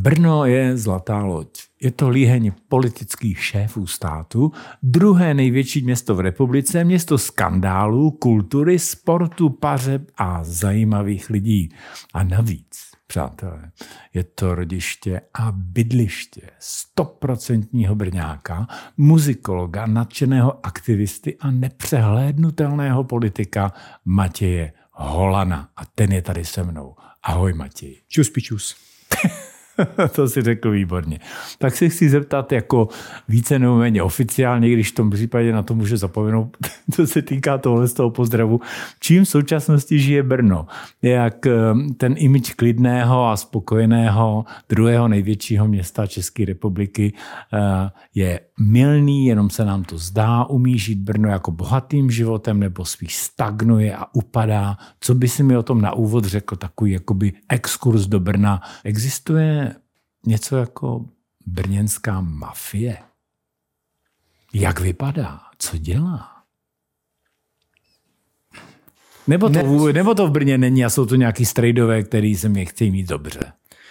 Brno je zlatá loď. Je to líheň politických šéfů státu, druhé největší město v republice, město skandálů, kultury, sportu, pařeb a zajímavých lidí. A navíc, přátelé, je to rodiště a bydliště 100% Brňáka, muzikologa, nadšeného aktivisty a nepřehlédnutelného politika Matěje Holana. A ten je tady se mnou. Ahoj, Matěj. Čus pičus. To si řekl výborně. Tak se chci zeptat jako více nebo méně oficiálně, když v tom případě na to může zapomenout, co se týká tohle z toho pozdravu. Čím v současnosti žije Brno? Jak ten image klidného a spokojeného druhého největšího města České republiky je mylný, jenom se nám to zdá, umí žít Brno jako bohatým životem nebo spíš stagnuje a upadá. Co by si mi o tom na úvod řekl, takový jakoby exkurs do Brna? Existuje něco jako brněnská mafie? Jak vypadá? Co dělá? Nebo to v Brně není a jsou to nějaký strejdové, který se mě chtějí mít dobře?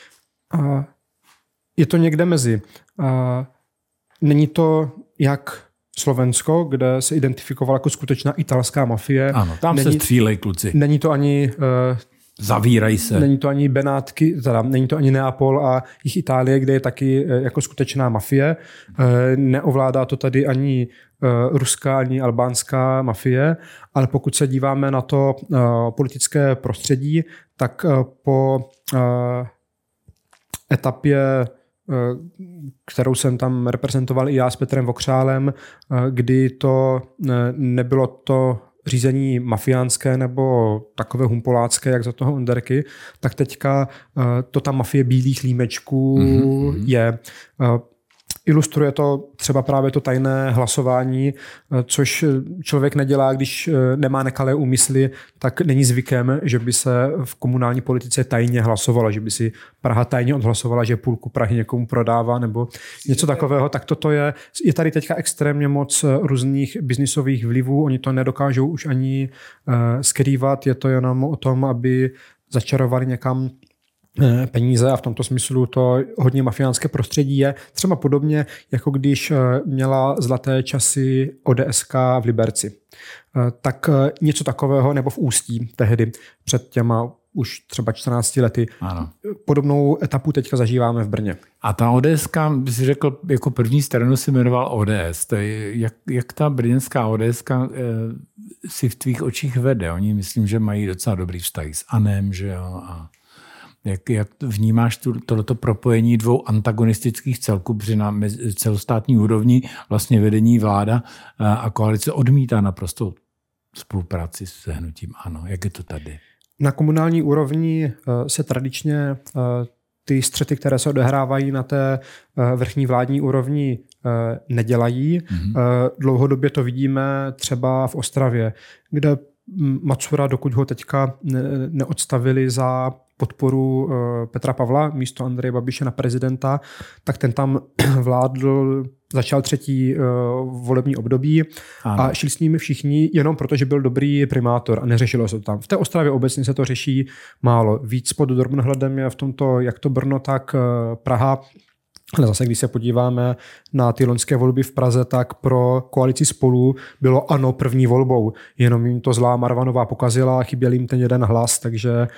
Je to někde mezi. Není to jak Slovensko, kde se identifikovala jako skutečná italská mafie. Ano, tam se střílej kluci. Není to ani... Zavírají se. Není to ani Benátky, není to ani Neapol a jich Itálie, kde je taky jako skutečná mafie. Neovládá to tady ani ruská, ani albánská mafie, ale pokud se díváme na to politické prostředí, tak po etapě, kterou jsem tam reprezentoval i já s Petrem Vokřálem, kdy to nebylo to řízení mafiánské nebo takové humpolácké, jak za toho Onderky, tak teďka to ta mafie bílých límečků je. Ilustruje to třeba právě to tajné hlasování, což člověk nedělá, když nemá nekalé úmysly, tak není zvykem, že by se v komunální politice tajně hlasovalo, že by si Praha tajně odhlasovala, že půlku Prahy někomu prodává nebo něco takového. Tak toto je tady teďka extrémně moc různých biznisových vlivů, oni to nedokážou už ani skrývat, je to jenom o tom, aby začarovali někam peníze a v tomto smyslu to hodně mafiánské prostředí je. Třeba podobně, jako když měla zlaté časy ODSK v Liberci. Tak něco takového, nebo v Ústí tehdy, před těma už třeba 14 lety. Ano. Podobnou etapu teďka zažíváme v Brně. A ta ODSK, by si řekl, jako první stranu si jmenoval ODS. To je, jak ta brněnská ODS si v tvých očích vede? Oni myslím, že mají docela dobrý vztah s ANEM, že jo? A jak vnímáš tohleto propojení dvou antagonistických celků, protože na celostátní úrovni vlastně vedení vláda a koalice odmítá naprosto spolupráci s hnutím ANO. Jak je to tady? Na komunální úrovni se tradičně ty střety, které se odehrávají na té vrchní vládní úrovni, nedělají. Dlouhodobě to vidíme třeba v Ostravě, kde Macura, dokud ho teďka neodstavili za podporu Petra Pavla místo Andreje Babiše na prezidenta, tak ten tam vládl, začal třetí volební období a šli s nimi všichni jenom proto, že byl dobrý primátor a neřešilo se to tam. V té Ostravě obecně se to řeší málo. Víc pod drobnohledem je v tomto, jak to Brno, tak Praha. Ale zase, když se podíváme na ty loňské volby v Praze, tak pro koalici Spolu bylo ANO první volbou. Jenom jim to zlá Marvanová pokazila, chyběl jim ten jeden hlas, takže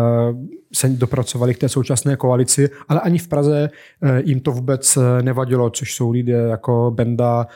se dopracovali k té současné koalici, ale ani v Praze jim to vůbec nevadilo, což jsou lidé jako Benda,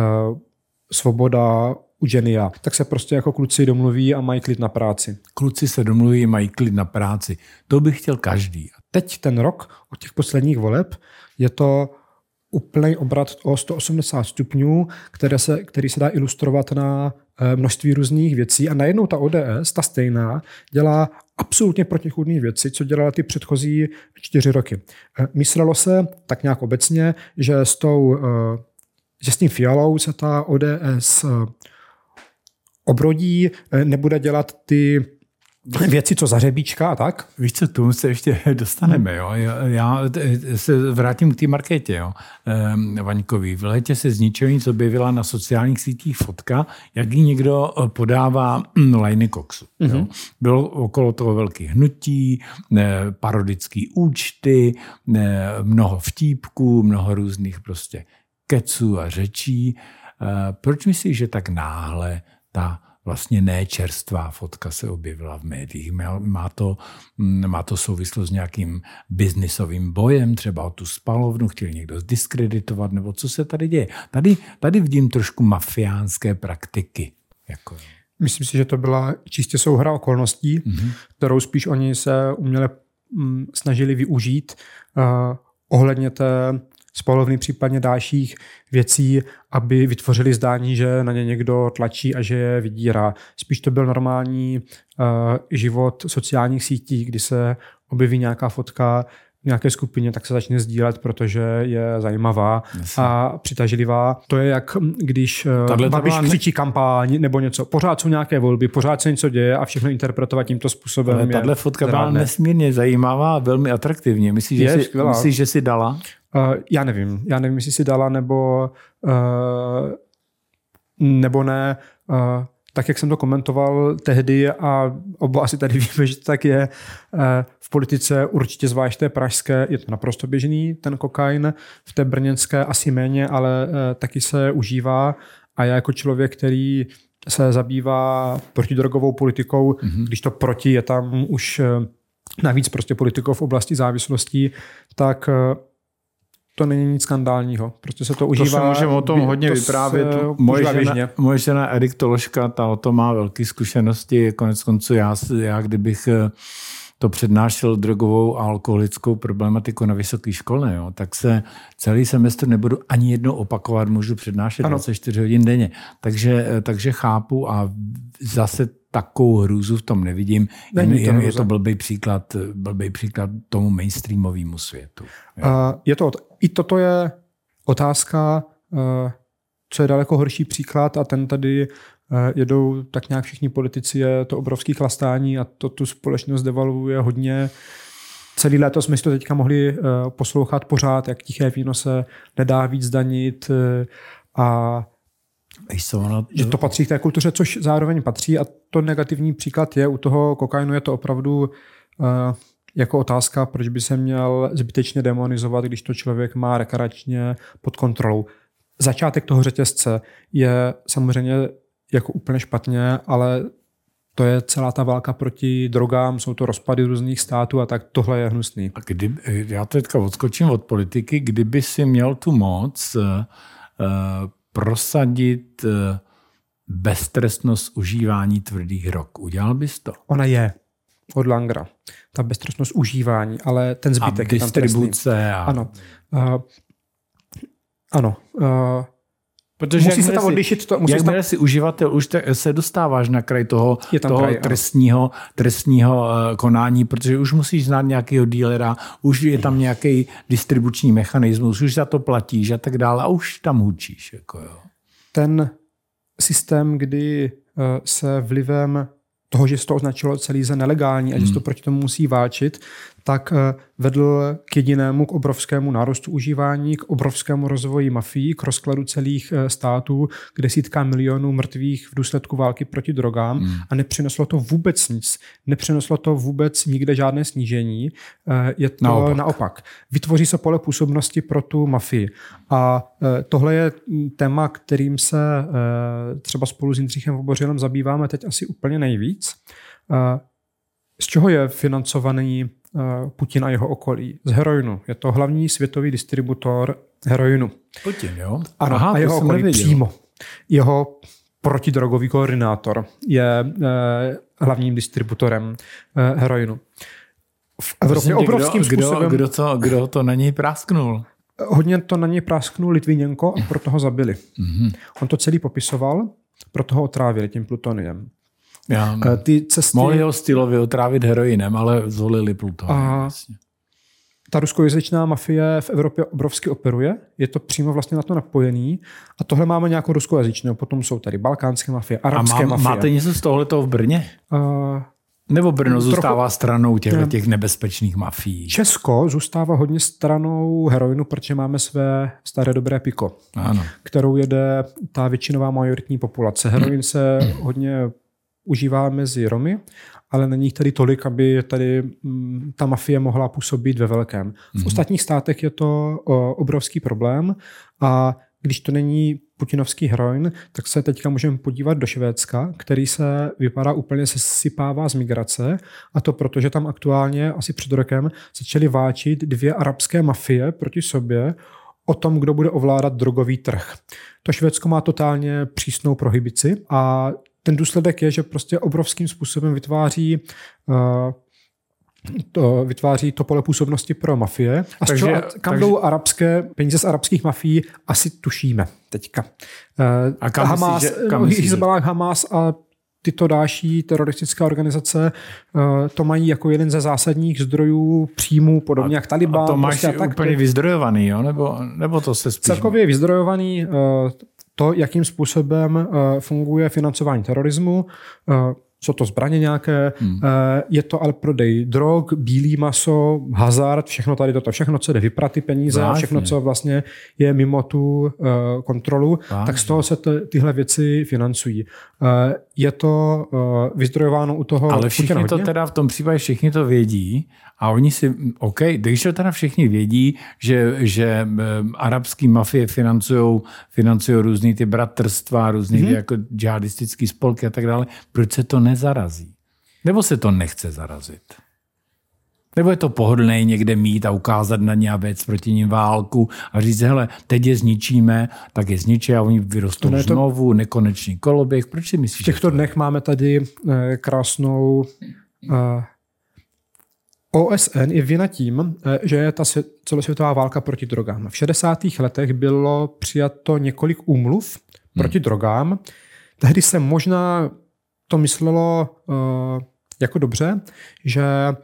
Svoboda, Eugenia. Tak se prostě jako kluci domluví a mají klid na práci. Kluci se domluví, mají klid na práci. To by chtěl každý. Teď ten rok od těch posledních voleb je to úplný obrat o 180 stupňů, který se dá ilustrovat na množství různých věcí a najednou ta ODS, ta stejná, dělá absolutně protichůdné věci, co dělala ty předchozí 4 roky. Myslelo se tak nějak obecně, že s tím Fialou se ta ODS obrodí, nebude dělat ty věci, co za Řebíčka a tak. Víš co, tomu se ještě dostaneme. Jo? Já se vrátím k té Markétě, jo? Vaňkový. V létě se z ničeho nic objevila na sociálních sítích fotka, jak jí někdo podává lajny koksu. Jo? Bylo okolo toho velké hnutí, parodický účty, mnoho vtípků, mnoho různých prostě keců a řečí. Proč myslíš, že tak náhle ta vlastně nečerstvá fotka se objevila v médiích? Má to souvislost s nějakým biznisovým bojem, třeba o tu spalovnu chtěl někdo zdiskreditovat, nebo co se tady děje? Tady vidím trošku mafiánské praktiky. Jako. Myslím si, že to byla čistě souhra okolností, kterou spíš oni se uměle snažili využít ohledně té spalovny, případně dalších věcí, aby vytvořili zdání, že na ně někdo tlačí a že je vydírá. Spíš to byl normální život sociálních sítí, kdy se objeví nějaká fotka v nějaké skupině, tak se začne sdílet, protože je zajímavá a přitažlivá. To je jak když Babiš křičí kampaň nebo něco. Pořád jsou nějaké volby, pořád se něco děje a všechno interpretovat tímto způsobem. Ale tahle fotka byla nesmírně zajímavá a velmi atraktivní. Myslíš, že si dala? Já nevím, jestli si dala nebo ne. Tak, jak jsem to komentoval tehdy a oba asi tady víme, že to tak je, v politice určitě zvlášť té pražské je to naprosto běžný, ten kokain, v té brněnské asi méně, ale taky se užívá a já jako člověk, který se zabývá protidrogovou politikou, když to proti je tam už navíc prostě politikou v oblasti závislostí, tak to není nic skandálního. Prostě se to užívá. To se můžeme o tom hodně vyprávět. Moje žena Erik Tološka, ta o tom má velké zkušenosti. Konec konců já kdybych to přednášel drogovou a alkoholickou problematiku na vysoké škole, jo, tak se celý semestr nebudu ani jednou opakovat, můžu přednášet 24 hodin denně. Takže chápu a zase takovou hrůzu v tom nevidím. Je to blbý příklad tomu mainstreamovému světu. I toto je otázka, co je daleko horší příklad a ten tady jedou tak nějak všichni politici, je to obrovský chlastání a to tu společnost devalvuje hodně. Celý léto jsme si to teďka mohli poslouchat pořád, jak tiché víno se nedá víc zdanit a že to patří k té kultuře, což zároveň patří a to negativní příklad je u toho kokainu, je to opravdu jako otázka, proč by se měl zbytečně demonizovat, když to člověk má rekreačně pod kontrolou. Začátek toho řetězce je samozřejmě jako úplně špatně, ale to je celá ta válka proti drogám, jsou to rozpady různých států a tak tohle je hnusný. A já teďka odskočím od politiky, kdyby si měl tu moc prosadit beztrestnost užívání tvrdých drog. Udělal bys to? Ona je od Langera. Ta beztrestnost užívání, ale ten zbytek je tam distribuce. Ano. Protože musí se tam odlišit. Jakmile si uživatel, už se dostáváš na kraj toho trestního konání, protože už musíš znát nějakého dílera, už je tam nějaký distribuční mechanismus, už za to platíš a tak dále a už tam hučíš. Jako jo. Ten systém, kdy se vlivem toho, že se to označilo celý za nelegální a že se to proti tomu musí válčit, tak vedl k obrovskému nárůstu užívání, k obrovskému rozvoji mafií, k rozkladu celých států, k desítkám milionů mrtvých v důsledku války proti drogám a nepřineslo to vůbec nic. Nepřineslo to vůbec nikde žádné snížení. Je to naopak. Vytvoří se pole působnosti pro tu mafii. A tohle je téma, kterým se třeba spolu s Jindřichem Vobořilem zabýváme teď asi úplně nejvíc. Z čeho je financovaný Putin a jeho okolí? Z heroinu. Je to hlavní světový distributor heroinu. Putin, jo? Ano, a jeho okolí přímo. Jeho protidrogový koordinátor je hlavním distributorem heroinu. V Evropě obrovským způsobem... Kdo to na něj prásknul? Hodně to na něj prásknul Litvinenko a proto ho zabili. On to celý popisoval, proto ho otrávili tím plutoniem. Mohli ho stylově otrávit heroinem, ale zvolili plutonium. Ta ruskojazyčná mafie v Evropě obrovsky operuje, je to přímo vlastně na to napojený a tohle máme nějakou ruskojazyčnou, potom jsou tady balkánské mafie, arabské mafie. Máte něco z tohletoho v Brně? Nebo Brno zůstává stranou těch nebezpečných mafií? Česko zůstává hodně stranou heroinu, protože máme své staré dobré piko, kterou jede ta většinová majoritní populace. Heroin se hodně užívá mezi Romy, ale není jich tady tolik, aby tady ta mafie mohla působit ve velkém. V ostatních státech je to obrovský problém a když to není putinovský heroin, tak se teďka můžeme podívat do Švédska, který se vypadá úplně sesypává z migrace, a to proto, že tam aktuálně asi před rokem začaly válčit 2 arabské mafie proti sobě o tom, kdo bude ovládat drogový trh. To Švédsko má totálně přísnou prohibici a ten důsledek je, že prostě obrovským způsobem vytváří to pole působnosti pro mafie. A kam jdou peníze z arabských mafií, asi tušíme teďka. A kam Hizballah, Hamas a tyto další teroristické organizace to mají jako jeden ze zásadních zdrojů příjmů, podobně jak Taliban. A to máš prostě úplně vyzdrojovaný, jo? Nebo to se spíš... Celkově vyzdrojovaný to, jakým způsobem funguje financování terorismu, jsou to zbraně nějaké, je to ale prodej drog, bílý maso, hazard, všechno tady toto, všechno, co jde vyprat ty peníze, všechno, co vlastně je mimo tu kontrolu, tak z toho se tyhle věci financují. Je to vyzdrojováno u toho... Ale všichni to teda v tom případě všichni to vědí a oni si, když to teda všichni vědí, že arabský mafie financují různý ty bratrstva, různý jako džihadistický spolky a tak dále, proč se to nezarazí? Nebo se to nechce zarazit? Nebo je to pohodlné někde mít a ukázat na ně a věc proti ním válku a říct, hele, teď je zničíme, tak je zničí a oni vyrostou znovu, nekonečný koloběh. Proč si myslíš? V těchto dnech máme tady krásnou... OSN je vina tím, že je ta celosvětová válka proti drogám. V 60. letech bylo přijato několik úmluv proti drogám. Tehdy se možná to myslelo jako dobře, že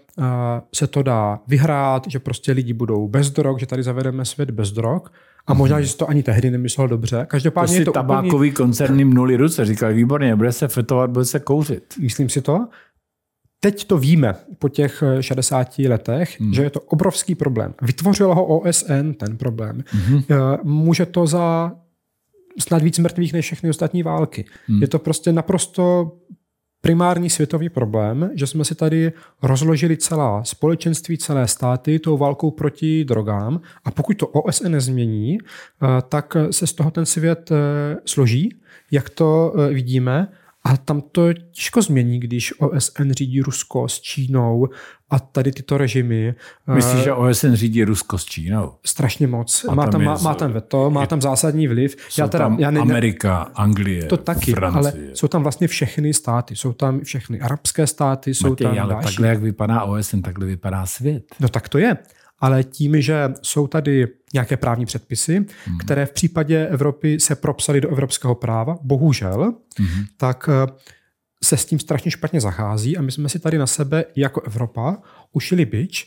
se to dá vyhrát, že prostě lidi budou bez drog, že tady zavedeme svět bez drog. A možná, že se to ani tehdy nemyslel dobře. Každopádně to si tabákový koncerny mnuli ruce. Říkali, výborně, bude se fetovat, bude se kouřit. Myslím si to. Teď to víme po těch 60 letech, že je to obrovský problém. Vytvořilo ho OSN ten problém. Může to za snad víc mrtvých než všechny ostatní války. Je to prostě naprosto primární světový problém, že jsme si tady rozložili celá společenství, celé státy tou válkou proti drogám a pokud to OSN nezmění, tak se z toho ten svět složí, jak to vidíme. A tam to těžko změní, když OSN řídí Rusko s Čínou a tady tyto režimy. Myslíš, že OSN řídí Rusko s Čínou? Strašně moc. Má tam veto, má tam zásadní vliv. Amerika, Anglie, to taky, Francie. Ale jsou tam vlastně všechny státy. Jsou tam všechny arabské státy, jsou tam ale další. Takhle, jak vypadá OSN, takhle vypadá svět. No tak to je. Ale tím, že jsou tady nějaké právní předpisy, které v případě Evropy se propsaly do evropského práva, bohužel, tak se s tím strašně špatně zachází a my jsme si tady na sebe jako Evropa ušili bič.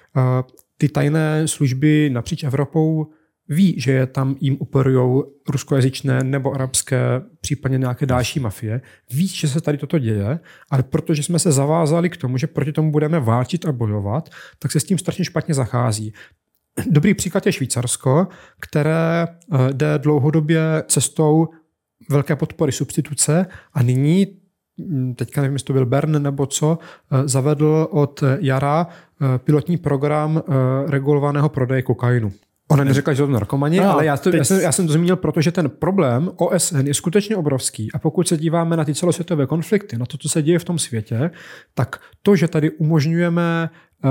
Ty tajné služby napříč Evropou ví, že je tam jim operujou ruskojazyčné nebo arabské, případně nějaké další mafie. Ví, že se tady toto děje, ale protože jsme se zavázali k tomu, že proti tomu budeme válčit a bojovat, tak se s tím strašně špatně zachází. Dobrý příklad je Švýcarsko, které jde dlouhodobě cestou velké podpory substituce a nyní, teďka nevím, jestli to byl Bern nebo co, zavedl od jara pilotní program regulovaného prodeje kokainu. Ona neřekla, že to narkomani, ale já jsem to zmínil, protože ten problém OSN je skutečně obrovský a pokud se díváme na ty celosvětové konflikty, na to, co se děje v tom světě, tak to, že tady umožňujeme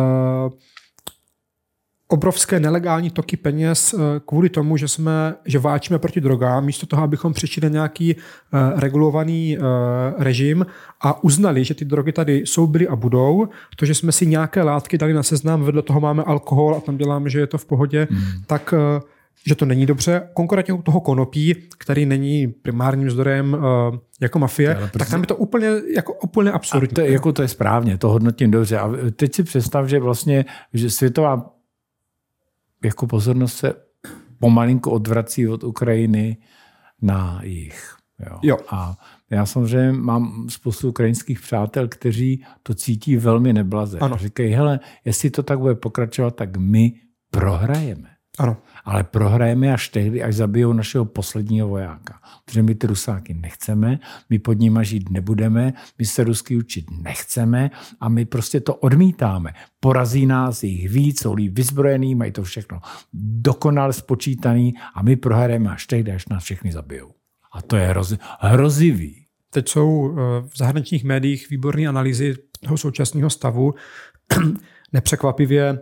obrovské nelegální toky peněz kvůli tomu, že válčíme proti drogám, místo toho, abychom přišli na nějaký regulovaný režim a uznali, že ty drogy tady jsou, byly a budou. To, že jsme si nějaké látky dali na seznam, vedle toho máme alkohol a tam děláme, že je to v pohodě, tak že to není dobře. Konkrétně u toho konopí, který není primárním zdrojem jako mafie, tak tam je to úplně absurdní. To je správně, to hodnotím dobře. A teď si představ, že vlastně že světová jako pozornost se pomalinku odvrací od Ukrajiny na jih. Jo. A já samozřejmě mám spoustu ukrajinských přátel, kteří to cítí velmi neblaze. Ano. Říkají, hele, jestli to tak bude pokračovat, tak my prohrajeme. Ano. Ale prohrajeme až tehdy, až zabijou našeho posledního vojáka. Protože my ty Rusáky nechceme, my pod nima žít nebudeme, my se rusky učit nechceme a my prostě to odmítáme. Porazí nás jich víc, jsou líp vyzbrojený, mají to všechno dokonale spočítaný a my prohrajeme až tehdy, až nás všechny zabijou. A to je hrozivý. Teď jsou v zahraničních médiích výborné analýzy toho současného stavu. Nepřekvapivě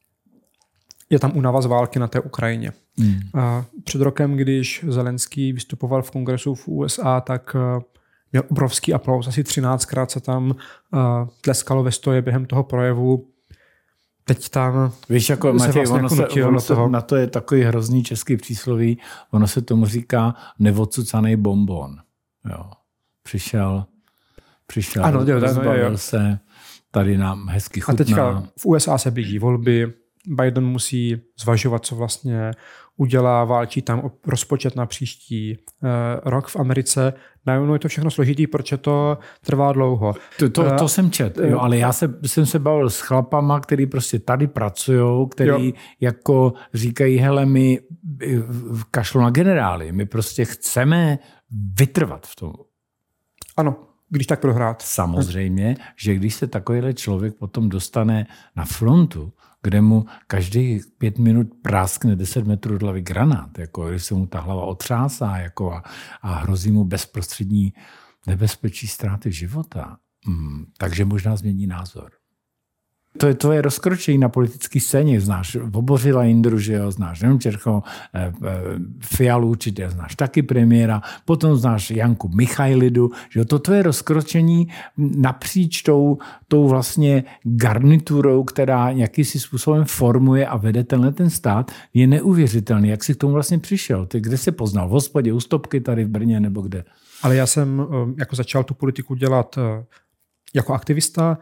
je tam únava z války na té Ukrajině. Před rokem, když Zelenský vystupoval v kongresu v USA, tak měl obrovský aplaus. Asi 13krát se tam tleskalo ve stoje během toho projevu. Teď tam víš, jako Matěj, vlastně na to je takový hrozný český přísloví, ono se tomu říká neodcucanej bonbon. Jo. Přišel, ano, rozbavil se, tady nám hezky chutná. A teďka v USA se blíží volby, Biden musí zvažovat, co vlastně udělá, válčí tam o rozpočet na příští rok v Americe. Najednou je to všechno složitý, protože to trvá dlouho. To jsem čet, jo, ale já jsem se bavil s chlapama, který prostě tady pracujou, který jako říkají, hele, my kašlu na generály, my prostě chceme vytrvat v tom. Ano, když tak prohrát. Samozřejmě, že když se takovýhle člověk potom dostane na frontu, kde mu každý 5 minut práskne 10 metrů od hlavy granát, jako když se mu ta hlava otřásá jako a hrozí mu bezprostřední nebezpečí ztráty života, takže možná změní názor. To je tvoje rozkročení na politické scéně. Znáš Vobořila Jindru, že jo, znáš Němčercho, Fialu určitě znáš taky premiéra, potom znáš Janku Michajlidu, že jo, to tvoje rozkročení napříč tou vlastně garniturou, která nějakým způsobem formuje a vede ten stát, je neuvěřitelný. Jak jsi k tomu vlastně přišel? Ty kde jsi poznal? V hospodě, u Stopky tady v Brně nebo kde? Ale já jsem jako začal tu politiku dělat jako aktivista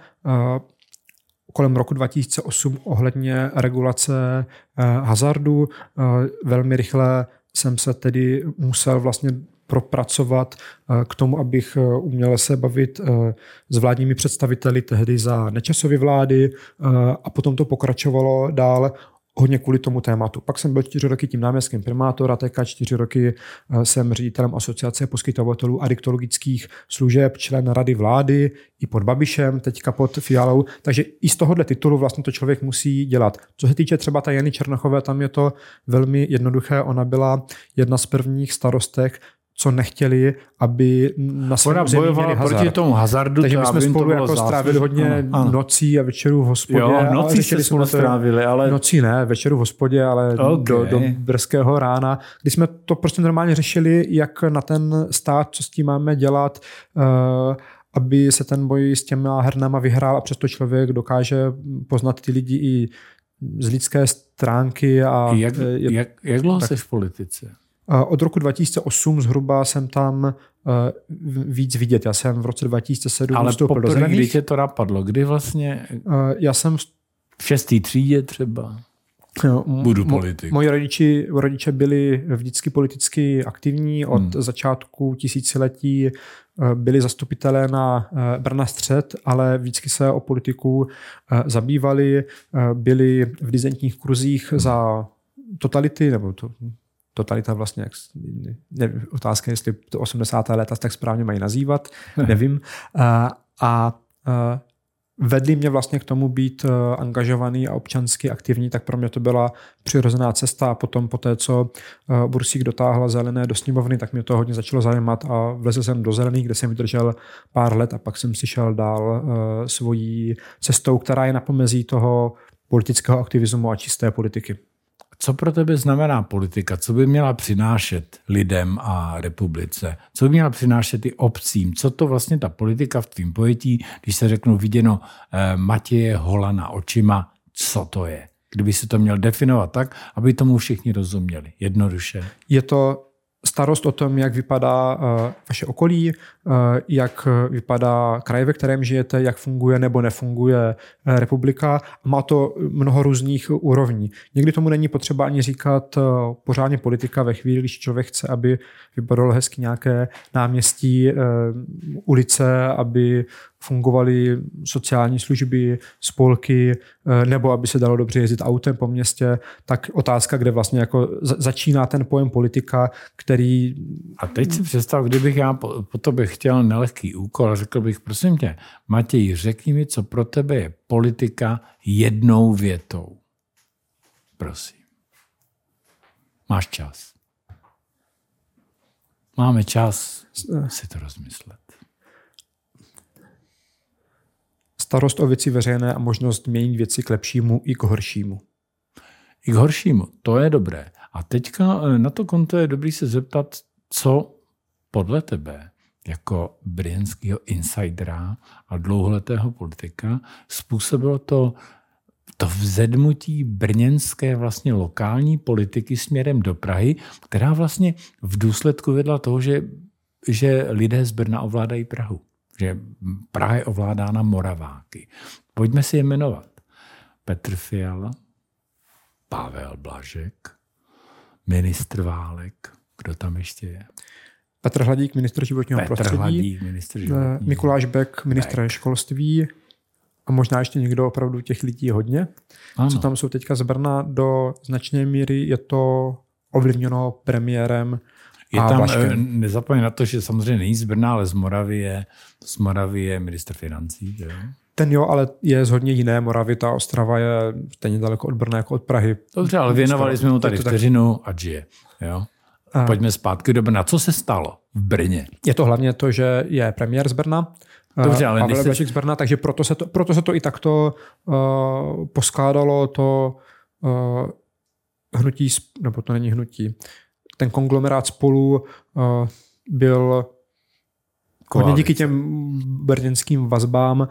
kolem roku 2008 ohledně regulace hazardu. Velmi rychle jsem se tedy musel vlastně propracovat k tomu, abych uměl se bavit s vládními představiteli tehdy za Nečasovy vlády a potom to pokračovalo dál hodně kvůli tomu tématu. Pak jsem byl 4 roky tím náměstkem primátora, teďka 4 roky jsem ředitelem asociace poskytovatelů adiktologických služeb, člen rady vlády i pod Babišem, teďka pod Fialou. Takže i z tohohle titulu vlastně to člověk musí dělat. Co se týče třeba ta Jany Černochové, tam je to velmi jednoduché. Ona byla jedna z prvních starostek, co nechtěli, aby na svém území měli hazard. Proti tomu hazardu. Takže my jsme spolu jako strávili hodně nocí a večerů v hospodě. Jo, nocí jsme spolu strávili, ale... Nocí ne, večeru v hospodě, ale do brzkého rána, kdy jsme to prostě normálně řešili, jak na ten stát, co s tím máme dělat, aby se ten boj s těma hernama vyhrál a přesto člověk dokáže poznat ty lidi i z lidské stránky. A jak dlouho jsi v politice? Od roku 2008 zhruba jsem tam víc vidět. Já jsem v roce 2007 vstoupil do Zelených. Kdy tě to napadlo? Kdy vlastně? Já jsem v 6. třídě třeba? Budu politik. Moji rodiče byli vždycky politicky aktivní. Od začátku tisíciletí byli zastupitelé na Brna-střed, ale vždycky se o politiku zabývali. Byli v disentních kruzích za totality, nebo totalita vlastně, nevím, otázka, jestli to 80. léta tak správně mají nazývat, nevím. A vedli mě vlastně k tomu být angažovaný a občansky aktivní, tak pro mě to byla přirozená cesta a potom po té, co Bursík dotáhla Zelené do sněmovny, tak mě to hodně začalo zajímat a vlezl jsem do Zelených, kde jsem vydržel pár let a pak jsem si šel dál svojí cestou, která je na pomezí toho politického aktivismu a čisté politiky. Co pro tebe znamená politika? Co by měla přinášet lidem a republice? Co by měla přinášet i obcím? Co to vlastně ta politika v tvým pojetí, když se řeknu viděno Matěje Holana očima, co to je? Kdyby si to měl definovat tak, aby tomu všichni rozuměli. Jednoduše. Je to starost o tom, jak vypadá vaše okolí, jak vypadá kraj, ve kterém žijete, jak funguje nebo nefunguje republika. Má to mnoho různých úrovní. Někdy tomu není potřeba ani říkat pořádně politika ve chvíli, když člověk chce, aby vypadalo hezky nějaké náměstí, ulice, aby fungovaly sociální služby, spolky, nebo aby se dalo dobře jezdit autem po městě, tak otázka, kde vlastně jako začíná ten pojem politika, který... A teď si představ, kdybych já po tobě chtěl nelehký úkol, řekl bych, prosím tě, Matěj, řekni mi, co pro tebe je politika jednou větou. Prosím. Máš čas. Máme čas si to rozmyslet. Starost o věci veřejné a možnost měnit věci k lepšímu i k horšímu. I k horšímu, to je dobré. A teďka na to konto je dobrý se zeptat, co podle tebe jako brněnského insidera a dlouholetého politika způsobilo to vzedmutí brněnské vlastně lokální politiky směrem do Prahy, která vlastně v důsledku vedla toho, že lidé z Brna ovládají Prahu. Že Praha je ovládána Moraváky. Pojďme si je jmenovat. Petr Fiala, Pavel Blažek, ministr Válek, kdo tam ještě je? Petr Hladík, ministr životního prostředí. Mikuláš Bek, ministr školství. A možná ještě někdo, opravdu těch lidí hodně. Ano. Co tam jsou teďka z Brna, do značné míry je to ovlivněno premiérem a tam, Blažkem. Nezapomeň na to, že samozřejmě není z Brna, ale z Moravy je ministr financí. Že? Ten jo, ale je z hodně jiné Moravy. Ta Ostrava je stejně daleko od Brna jako od Prahy. Dobře, ale věnovali jsme mu tady vteřinu a žije. Jo? Pojďme zpátky do Brna. Co se stalo v Brně? Je to hlavně to, že je premiér z Brna. Dobře, ale Pavel Blažek z Brna, takže proto se to i takto poskládalo to hnutí, nebo to není hnutí, ten konglomerát Spolu byl hodně díky těm brněnským vazbám.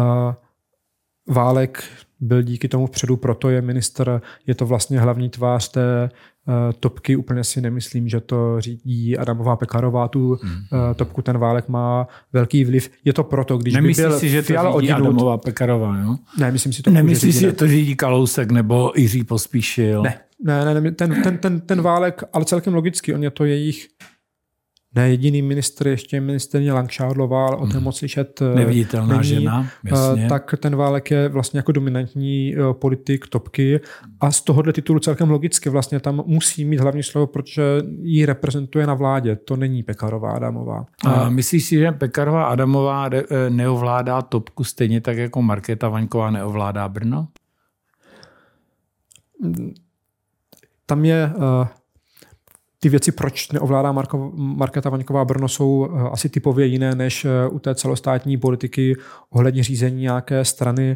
Válek byl díky tomu vpředu, proto je ministr, je to vlastně hlavní tvář té topky. Úplně si nemyslím, že to řídí Adamová Pekarová. Tu topku ten Válek má velký vliv. Je to proto, když nemyslíš by byl si, že to Fiala řídí Adamová Pekarová, jo? Ne, myslím si to. Nemyslíš si, že to řídí Kalousek nebo Jiří Pospíšil? Ne, ten Válek, ale celkem logicky, on je to jejich jediný ministr, ještě ministryně Langšádlová, ale o té moc slyšet neviditelná není, žena, jasně. Tak ten Válek je vlastně jako dominantní politik topky a z tohohle titulu celkem logicky vlastně tam musí mít hlavní slovo, protože ji reprezentuje na vládě. To není Pekarová Adamová. A myslíš si, že Pekarová Adamová neovládá topku stejně tak, jako Markéta Vaňková neovládá Brno? Tam je... Ty věci, proč neovládá Markéta Vaňková Brno, jsou asi typově jiné než u té celostátní politiky ohledně řízení nějaké strany.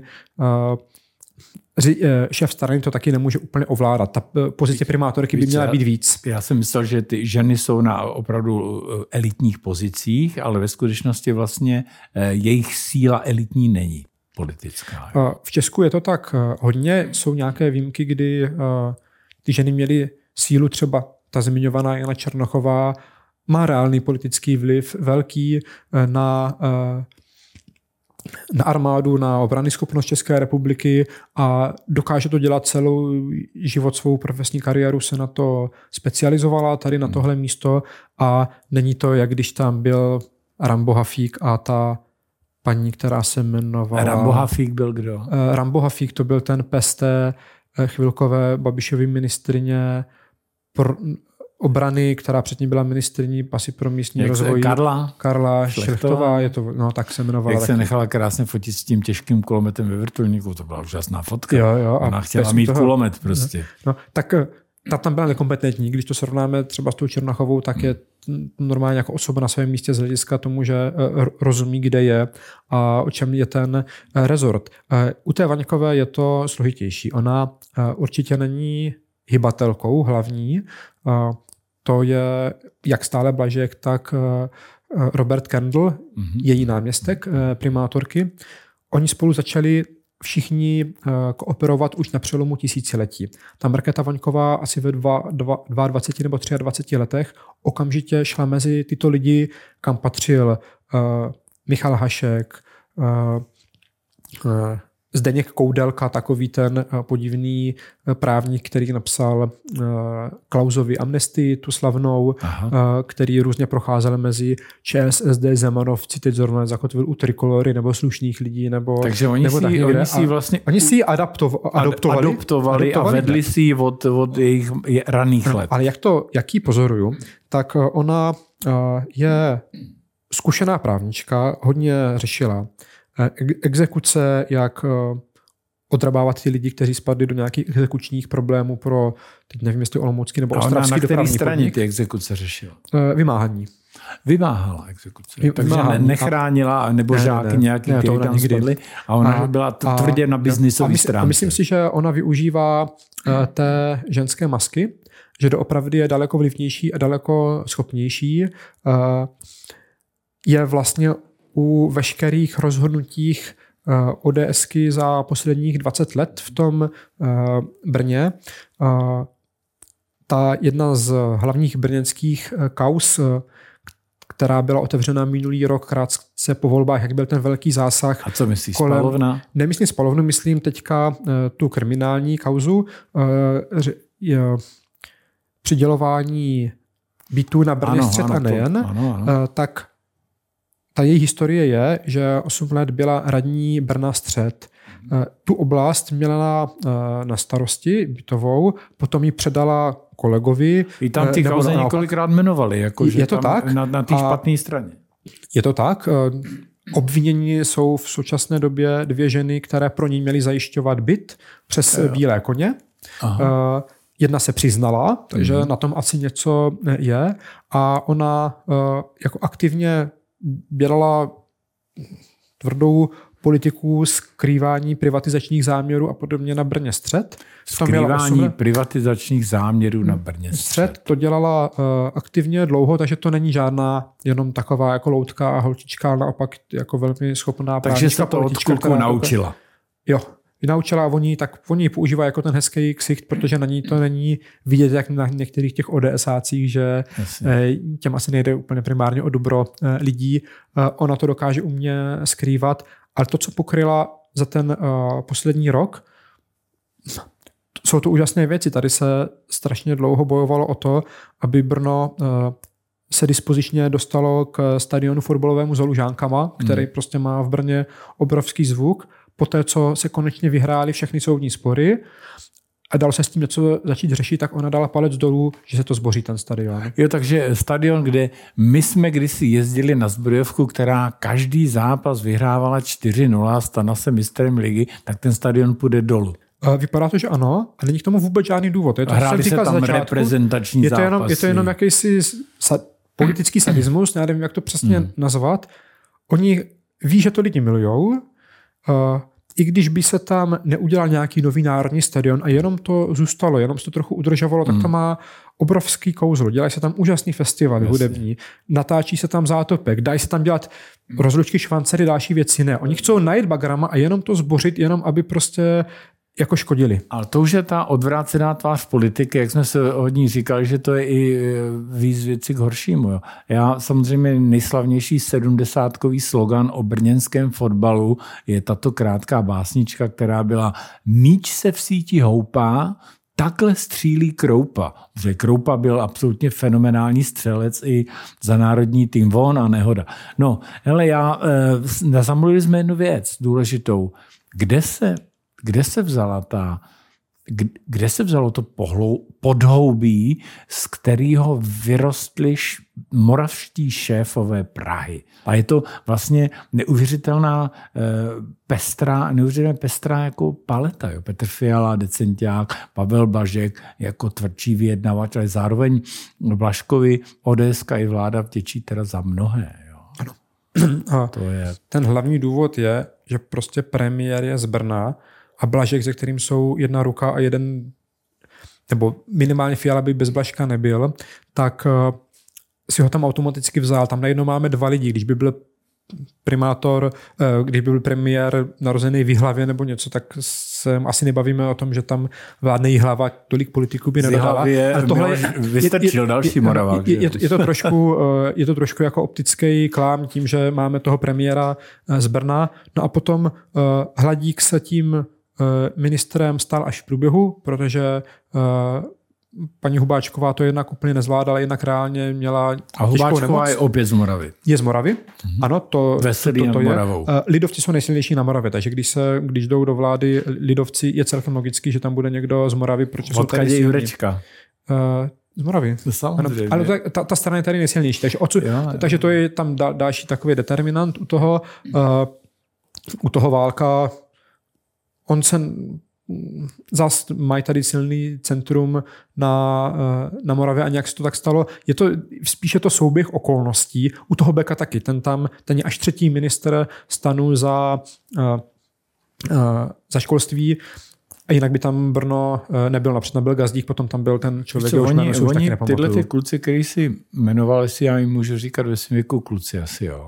Šéf strany to taky nemůže úplně ovládat. Ta pozice primátorky by měla být víc. Já jsem myslel, že ty ženy jsou na opravdu elitních pozicích, ale ve skutečnosti vlastně jejich síla elitní není politická. V Česku je to tak hodně. Jsou nějaké výjimky, kdy ty ženy měly sílu, třeba ta zmiňovaná Jana Černochová má reálný politický vliv, velký na armádu, na obrany schopnost České republiky a dokáže to dělat celou život, svou profesní kariéru se na to specializovala, tady na tohle místo a není to, jak když tam byl Rambo Hafík a ta paní, která se jmenovala... Rambo Hafík byl kdo? Rambo Hafík to byl ten pes té chvilkové Babišovy ministryně obrany, která předtím byla ministryní asi pro místní rozvoj. Karla Šlechtová, je to, no tak se jmenovala. Jak se nechala krásně fotit s tím těžkým kulometem ve vrtulníku, to byla úžasná fotka. Jo, ona chtěla mít kulomet prostě. No, tak ta tam byla nekompetentní. Když to srovnáme třeba s tou Černochovou, tak je normálně jako osoba na svém místě z hlediska tomu, že rozumí, kde je a o čem je ten rezort. U té Vaňkové je to složitější. Ona určitě není hybatelkou hlavní. To je jak stále Blažek, tak Robert Kendall, její náměstek, primátorky. Oni spolu začali všichni kooperovat už na přelomu tisíciletí. Ta Markéta Vaňková asi ve 22 nebo 23 letech okamžitě šla mezi tyto lidi, kam patřil Michal Hašek, Zdeněk Koudelka, takový ten podivný právník, který napsal Klausovi amnestii, tu slavnou, který různě procházel mezi ČSSD, Zemanovci, teď zrovna zakotvil u Trikolory nebo Slušných lidí. Takže oni si ji adoptovali a vedli si ji od jejich raných let. Ale jak ji pozoruju, tak ona je zkušená právnička, hodně řešila exekuce, jak odrabávat ty lidi, kteří spadli do nějakých exekučních problémů pro, teď nevím, jestli olomoucký nebo ostravský dopravní podnik. Na které straně ty exekuce řešila? Vymáhání. Vymáhala exekuce. Takže nechránila, nebo žáky nějaký, kteří tam spadli. A ona byla tvrdě na biznisový stránce. A myslím si, že ona využívá té ženské masky, že doopravdy je daleko vlivnější a daleko schopnější. Je vlastně u veškerých rozhodnutích ODSky za posledních 20 let v tom Brně. Ta jedna z hlavních brněnských kauz, která byla otevřena minulý rok krátce po volbách, jak byl ten velký zásah. A co myslíš, spalovna? Nemyslím spalovnu, myslím teďka tu kriminální kauzu, přidělování bytů na Brně střed a nejen, tak ta její historie je, že 8 let byla radní Brna střed. Tu oblast měla na starosti bytovou, potom ji předala kolegovi. I tam ty kauzy několikrát jmenovali, jakože je to tak? Na té špatné straně. Je to tak. Obvinění jsou v současné době 2 ženy, které pro ní měly zajišťovat byt přes bílé koně. Jedna se přiznala, takže na tom asi něco je. A ona jako aktivně dělala tvrdou politiku skrývání privatizačních záměrů a podobně na Brně střed. Skrývání privatizačních záměrů na Brně střed. To dělala aktivně dlouho, takže to není žádná jenom taková jako loutka a holčička, ale naopak jako velmi schopná právnička. Takže se to od kluku naučila. Jo. Naučila a oni ji používají jako ten hezký ksicht, protože na ní to není vidět, jak na některých těch ODSácích, že těm asi nejde úplně primárně o dobro lidí. Ona to dokáže umě skrývat, ale to, co pokryla za ten poslední rok, jsou to úžasné věci. Tady se strašně dlouho bojovalo o to, aby Brno se dispozičně dostalo k stadionu fotbalovému s Lužánkama, který prostě má v Brně obrovský zvuk. Poté, co se konečně vyhrály všechny soudní spory a dalo se s tím něco začít řešit, tak ona dala palec dolů, že se to zboří ten stadion. Jo, takže stadion, kde my jsme kdysi jezdili na Zbrojovku, která každý zápas vyhrávala 4-0, stala se mistrem ligy, tak ten stadion půjde dolů. Vypadá to, že ano, a není k tomu vůbec žádný důvod. Je to, hráli se tam reprezentační zápasy. Je to jenom jakýsi politický sadismus, nevím, jak to přesně nazvat. Oni ví, že to lidi milujou, i když by se tam neudělal nějaký nový národní stadion a jenom to zůstalo, jenom se to trochu udržovalo, tak to má obrovský kouzlo. Dělají se tam úžasný festivaly hudební, natáčí se tam Zátopek, dají se tam dělat rozlučky, švancery, další věci. Ne, oni chcou najít bagrama a jenom to zbořit, jenom aby prostě jako škodili. Ale to už je ta odvrácená tvář politiky, jak jsme se hodně říkali, že to je i víc věci k horšímu. Jo. Já samozřejmě nejslavnější 70kový slogan o brněnském fotbalu je tato krátká básnička, která byla míč se v síti houpá, takhle střílí Kroupa. Protože Kroupa byl absolutně fenomenální střelec i za národní tým, von a nehoda. No, hele, zamluvili jsme jednu věc důležitou. Kde se vzalo to podhoubí, z kterého vyrostli moravští šéfové Prahy. A je to vlastně neuvěřitelná pestrá jako paleta. Jo. Petr Fiala, Decenťák, Pavel Blažek jako tvrdší vyjednavač, ale zároveň Blažkovi ODSka i vláda vděčí teda za mnohé. Jo. Ano. A ten hlavní důvod je, že prostě premiér je z Brna a Blažek, se kterým jsou jedna ruka a jeden, nebo minimálně Fiala by bez Blažka nebyl, tak si ho tam automaticky vzal. Tam najednou máme 2 lidi. Když by byl primátor, když byl premiér narozený v Jihlavě nebo něco, tak se asi nebavíme o tom, že tam vládne Jihlava, tolik politiků by nedodala. Ale tohle vystrčil další Morava. Je to trošku jako optický klám tím, že máme toho premiéra z Brna. No a potom Hladík se tím ministrem stal až v průběhu, protože paní Hubáčková to jednak úplně nezvládala, jednak reálně měla a Hubáčková je opět z Moravy. Je z Moravy? Ano, to nad Moravou. Lidovci jsou nejsilnější na Moravě, takže když jdou do vlády lidovci, je celkem logický, že tam bude někdo z Moravy, protože jsou tady Jurečka. Z Moravy. Ano, ale ta strana je tady nejsilnější. Takže to je tam další takový determinant u toho Válka. On se zas mají tady silný centrum na Moravě a nějak se to tak stalo. Je to spíše to souběh okolností. U toho Beka taky. Ten je až 3. minister STANu za školství. A jinak by tam Brno nebyl. Například byl Gazdík, potom tam byl ten člověk. Oni tyhle ty kluci, který si jmenovali, si já jim můžu říkat ve svém věku kluci asi, jo.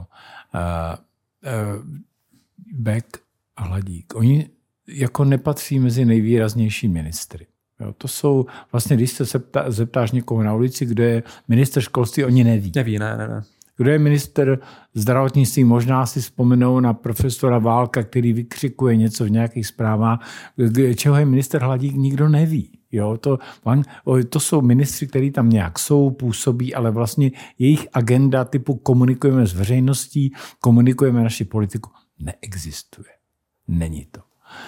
Bek a Hladík. Oni jako nepatří mezi nejvýraznější ministry. Jo, to jsou, vlastně když se zeptáš někoho na ulici, kdo je ministr školství, oni neví. Neví, ne. Kdo je ministr zdravotnictví, možná si vzpomenou na profesora Válka, který vykřikuje něco v nějakých zprávách. Čeho je ministr Hladík, nikdo neví. Jo, to jsou ministři, kteří tam nějak jsou, působí, ale vlastně jejich agenda typu komunikujeme s veřejností, komunikujeme naši politiku, neexistuje. Není to.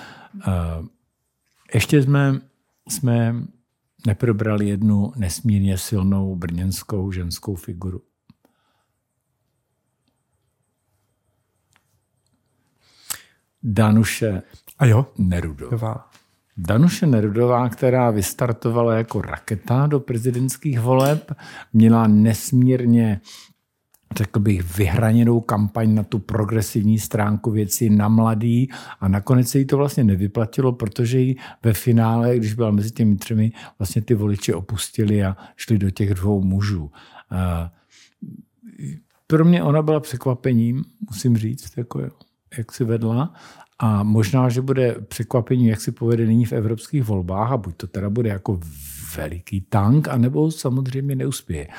Ještě jsme neprobrali jednu nesmírně silnou brněnskou ženskou figuru. Danuše Nerudová. Danuše Nerudová, která vystartovala jako raketa do prezidentských voleb, měla nesmírně, řekl bych, vyhraněnou kampaň na tu progresivní stránku věci, na mladý a nakonec se jí to vlastně nevyplatilo, protože jí ve finále, když byla mezi těmi 3, vlastně ty voliči opustili a šli do těch 2 mužů. Pro mě ona byla překvapením, musím říct, jako, jak si vedla. A možná, že bude překvapením, jak si povede nyní v evropských volbách a buď to teda bude jako veliký tank, anebo samozřejmě neuspěje.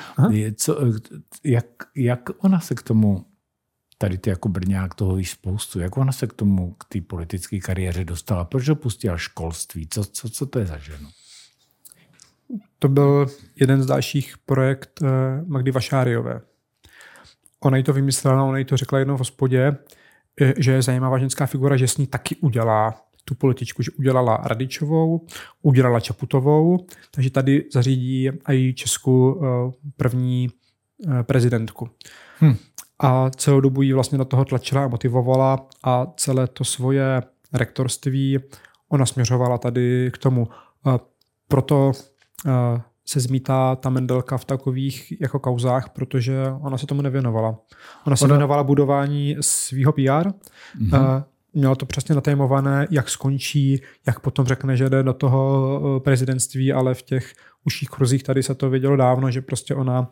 Jak ona se k tomu, tady ty jako Brňák, toho víš spoustu, jak ona se k tomu, k té politické kariéře dostala? Proč opustila školství? Co to je za ženu? To byl jeden z dalších projekt Magdy Vašáriové. Ona jí to vymyslela, ona jí to řekla jednou v hospodě, že je zajímavá ženská figura, že s ní taky udělá tu političku, že udělala Radičovou, udělala Čaputovou, takže tady zařídí i Česku první prezidentku. A celou dobu ji vlastně do toho tlačila a motivovala a celé to svoje rektorství ona směřovala tady k tomu. Proto se zmítá ta Mendelka v takových jako kauzách, protože ona se tomu nevěnovala. Ona se věnovala budování svýho PR. Měla to přesně natémované, jak skončí, jak potom řekne, že jde do toho prezidentství, ale v těch užších kruzích tady se to vědělo dávno, že prostě ona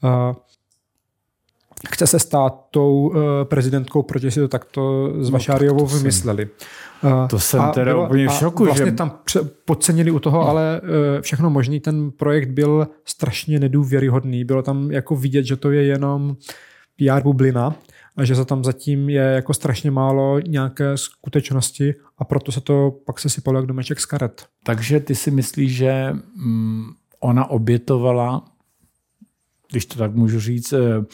chce se stát tou prezidentkou, protože si to takto s Vašáriovou vymysleli. To jsem teda úplně v šoku. Vlastně že tam podcenili u toho, ale všechno možný. Ten projekt byl strašně nedůvěryhodný. Bylo tam jako vidět, že to je jenom PR bublina a že se tam zatím je jako strašně málo nějaké skutečnosti a proto se to pak se sypalo jak domeček z karet. Takže ty si myslíš, že ona obětovala, když to tak můžu říct,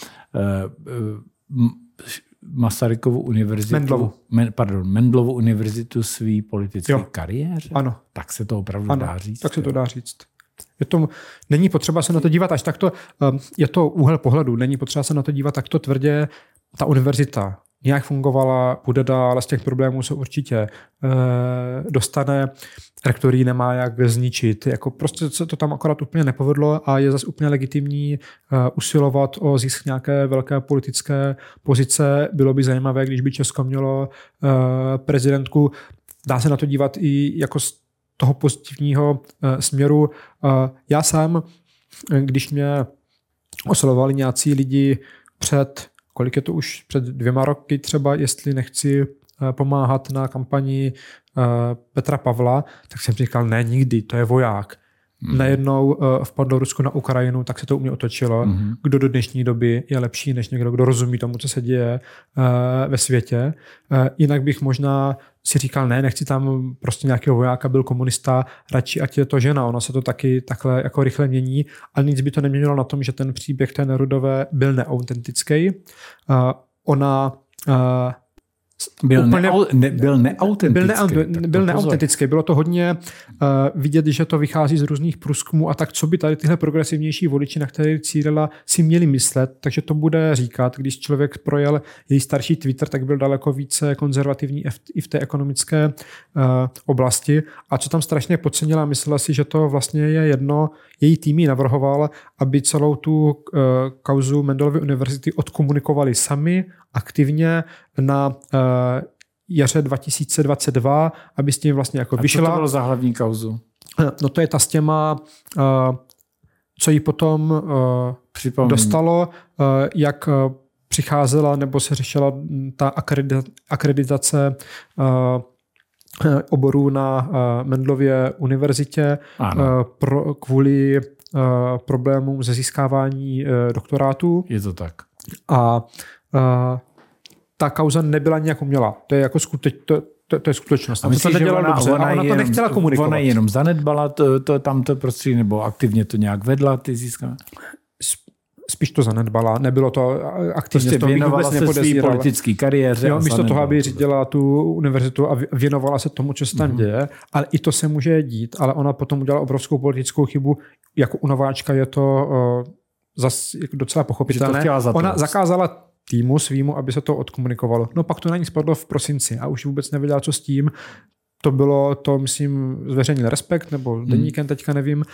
Masarykovu univerzitu, Mendelovu univerzitu svý politické kariéře? Ano. Tak se to opravdu dá říct. Tak se to dá říct. Není potřeba se na to dívat až takto, je to úhel pohledu, není potřeba se na to dívat takto tvrdě. Ta univerzita nějak fungovala, bude dál, ale z těch problémů se určitě dostane. Rektorí nemá jak zničit. Jako prostě se to tam akorát úplně nepovedlo a je zase úplně legitimní usilovat o zisk nějaké velké politické pozice. Bylo by zajímavé, když by Česko mělo prezidentku. Dá se na to dívat i jako z toho pozitivního směru. Já sám, když mě oslovovali nějací lidi před kolik je to už před 2 roky třeba, jestli nechci pomáhat na kampani Petra Pavla, tak jsem říkal, ne, nikdy, to je voják. Najednou vpadlo Rusko na Ukrajinu, tak se to u mě otočilo. Kdo do dnešní doby je lepší než někdo, kdo rozumí tomu, co se děje ve světě. Jinak bych možná si říkal, ne, nechci tam prostě nějakého vojáka, byl komunista, radši ať je to žena. Ono se to taky takhle jako rychle mění, ale nic by to neměnilo na tom, že ten příběh té Nerudové byl neautentický. Ona byl neautentický. Bylo to hodně vidět, že to vychází z různých průzkumů a tak, co by tady tyhle progresivnější voliči, na které cílila, si měli myslet. Takže to bude říkat, když člověk projel její starší Twitter, tak byl daleko více konzervativní i v té ekonomické oblasti. A co tam strašně podcenila, myslela si, že to vlastně je jedno. Její tým jí navrhoval, aby celou tu kauzu Mendelovy univerzity odkomunikovali sami aktivně na jaře 2022, aby s tím vlastně jako vyšla. A co to bylo za hlavní kauzu? No to je ta s těma, co jí potom dostalo, jak přicházela nebo se řešila ta akreditace oborů na Mendelově univerzitě kvůli problémům se získávání doktorátů. Je to tak. A ta kauza nebyla nějak umělá. To je jako to je skutečnost. A myslíš, že ona to nechtěla komunikovat. Ona jenom zanedbala tamto prostředí, nebo aktivně to nějak vedla, ty získala? Spíš to zanedbala. Nebylo to aktivně. Prostě věnovala se své politické kariéře. Jo, místo toho, aby řídila tu univerzitu a věnovala se tomu, co se tam děje. Ale i to se může dít. Ale ona potom udělala obrovskou politickou chybu. Jako u nováčka je to docela pochopitelné. Ona zakázala týmu svýmu, aby se to odkomunikovalo. No pak to na ní spadlo v prosinci a už vůbec nevěděla, co s tím. To bylo to, myslím, zveřejnil Respekt nebo Deníkem, teďka nevím.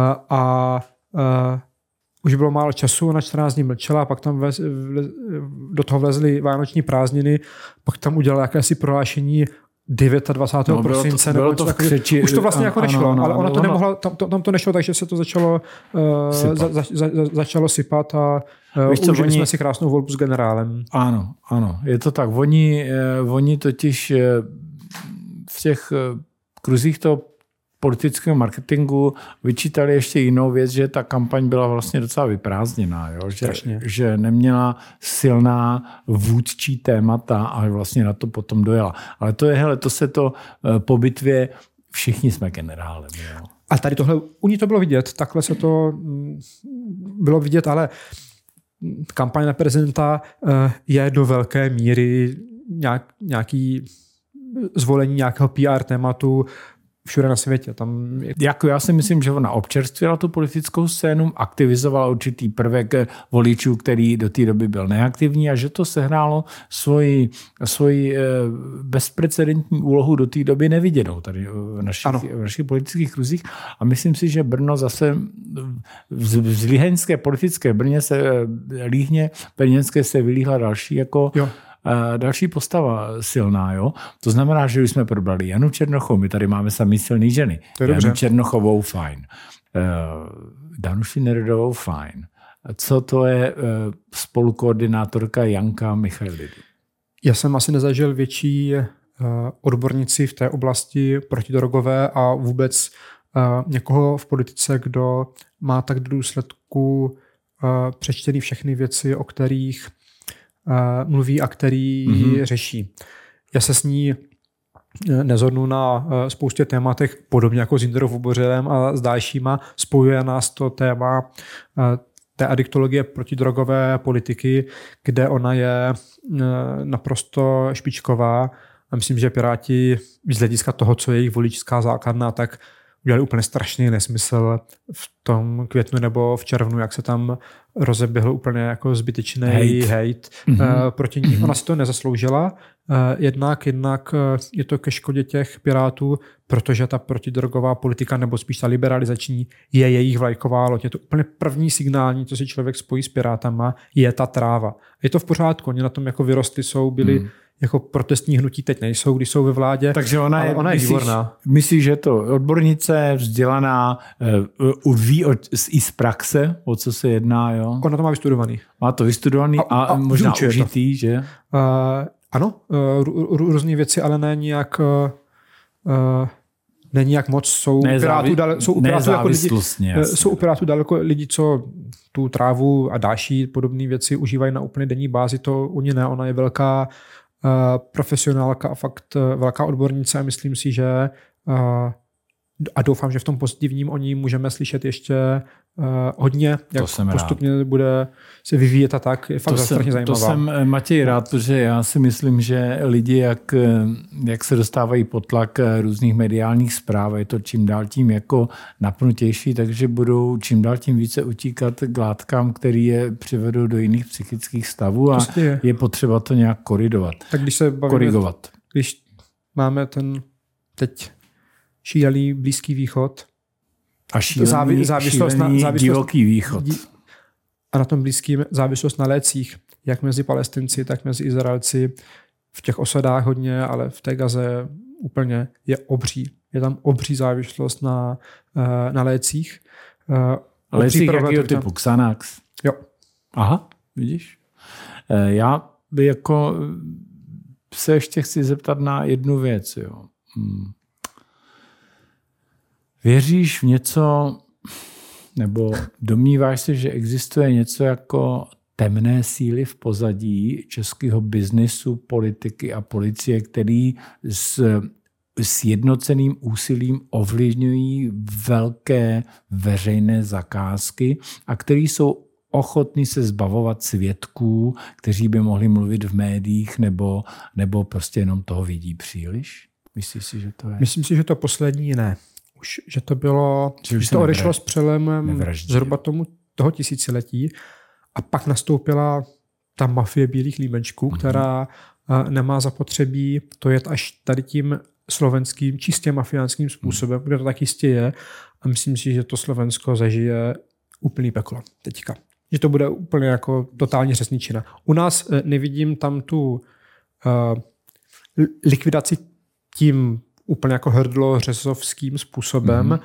Už bylo málo času, ona 14 dní mlčela, pak tam do toho vlezly vánoční prázdniny, pak tam udělala jakési prohlášení 29. prosince. Bylo to v křeči. Už to vlastně jako nešlo, ale ona to nemohla, tam to nešlo, takže se to začalo sypat a užili jsme si krásnou volbu s generálem. Ano, je to tak. Oni totiž v těch kruzích toho politického marketingu vyčítali ještě jinou věc, že ta kampaň byla vlastně docela vyprázdněná, jo? Že neměla silná vůdčí témata a vlastně na to potom dojela. Ale to se po bitvě všichni jsme generálem. Jo? A tady tohle, u ní to bylo vidět, takhle se to bylo vidět, ale kampaň na prezidenta je do velké míry nějaký zvolení nějakého PR tématu všude na světě. Já si myslím, že ona občerstvila tu politickou scénu, aktivizovala určitý prvek voličů, který do té doby byl neaktivní a že to sehrálo svoji bezprecedentní úlohu do té doby neviděnou tady v našich politických kruzích. A myslím si, že Brno zase v líheňské politické Brně Brněnské se vylíhla další jako další postava silná, jo. To znamená, že už jsme probrali Janu Černochovou, my tady máme sami silný ženy. Janu Černochovou fajn. Danuši Nerudovou fajn. Co to je spolukoordinátorka Janka Michailidy? Já jsem asi nezažil větší odborníci v té oblasti protidrogové a vůbec někoho v politice, kdo má tak do důsledku přečtený všechny věci, o kterých mluví a který řeší. Já se s ní nezhodnu na spoustě tématech, podobně jako s Jindrou Vobořilem a s dalšíma. Spojuje nás to téma té adiktologie protidrogové politiky, kde ona je naprosto špičková. A myslím, že Piráti z hlediska toho, co je jejich voličská základna, tak udělali úplně strašný nesmysl v tom květnu nebo v červnu, jak se tam rozeběhl úplně jako zbytečný hejt proti ní. Ona si to nezasloužila. Jednak je to ke škodě těch Pirátů, protože ta protidrogová politika, nebo spíš ta liberalizační, je jejich vlajková loď. Je to úplně první signální, co si člověk spojí s Pirátama, je ta tráva. Je to v pořádku, oni na tom jako vyrostli, byli jako protestní hnutí teď nejsou, když jsou ve vládě. Takže ona je výborná. Myslíš, že to odbornice, vzdělaná, ví i z praxe, o co se jedná, jo? Ona to má vystudovaný. Má to vystudovaný a možná užitý, že? Ano, různé věci, ale ne nějak... Není jak moc, jsou u Pirátů daleko lidí, co tu trávu a další podobné věci užívají na úplně denní bázi, to u ní ne, ona je velká profesionálka a fakt velká odbornice a myslím si, že a doufám, že v tom pozitivním o ní můžeme slyšet ještě hodně, jak postupně bude se vyvíjet a tak. Je fakt strašně zajímavá. To jsem, Matěj, rád, protože já si myslím, že lidi, jak se dostávají pod tlak různých mediálních zpráv, je to čím dál tím jako napnutější, takže budou čím dál tím více utíkat k látkám, které je přivedou do jiných psychických stavů a je potřeba to nějak korigovat. Tak když se bavíme, když máme ten teď šílený Blízký východ, a šílený divoký východ. A na tom blízkým závislost na lécích, jak mezi Palestinci, tak mezi Izraelci. V těch osadách hodně, ale v té Gaze úplně je obří. Je tam obří závislost na lécích. Lécích jakého typu? Xanax? Jo. Aha, vidíš. Já by jako se ještě chci zeptat na jednu věc. Jo. Věříš v něco, nebo domníváš se, že existuje něco jako temné síly v pozadí českého biznesu, politiky a policie, který s jednoceným úsilím ovlivňují velké veřejné zakázky a který jsou ochotní se zbavovat svědků, kteří by mohli mluvit v médiích nebo prostě jenom toho vidí příliš? Myslíš si, že to je? Myslím si, že to poslední ne. Už, že to bylo, že to odešlo s přelemem zhruba toho tisíciletí a pak nastoupila ta mafie bílých límečků, která nemá zapotřebí to jet až tady tím slovenským, čistě mafiánským způsobem, kde to tak jistě je a myslím si, že to Slovensko zažije úplný peklo teďka. Že to bude úplně jako totálně řezničina. U nás nevidím tam tu likvidaci tím úplně jako hrdlořezovským způsobem.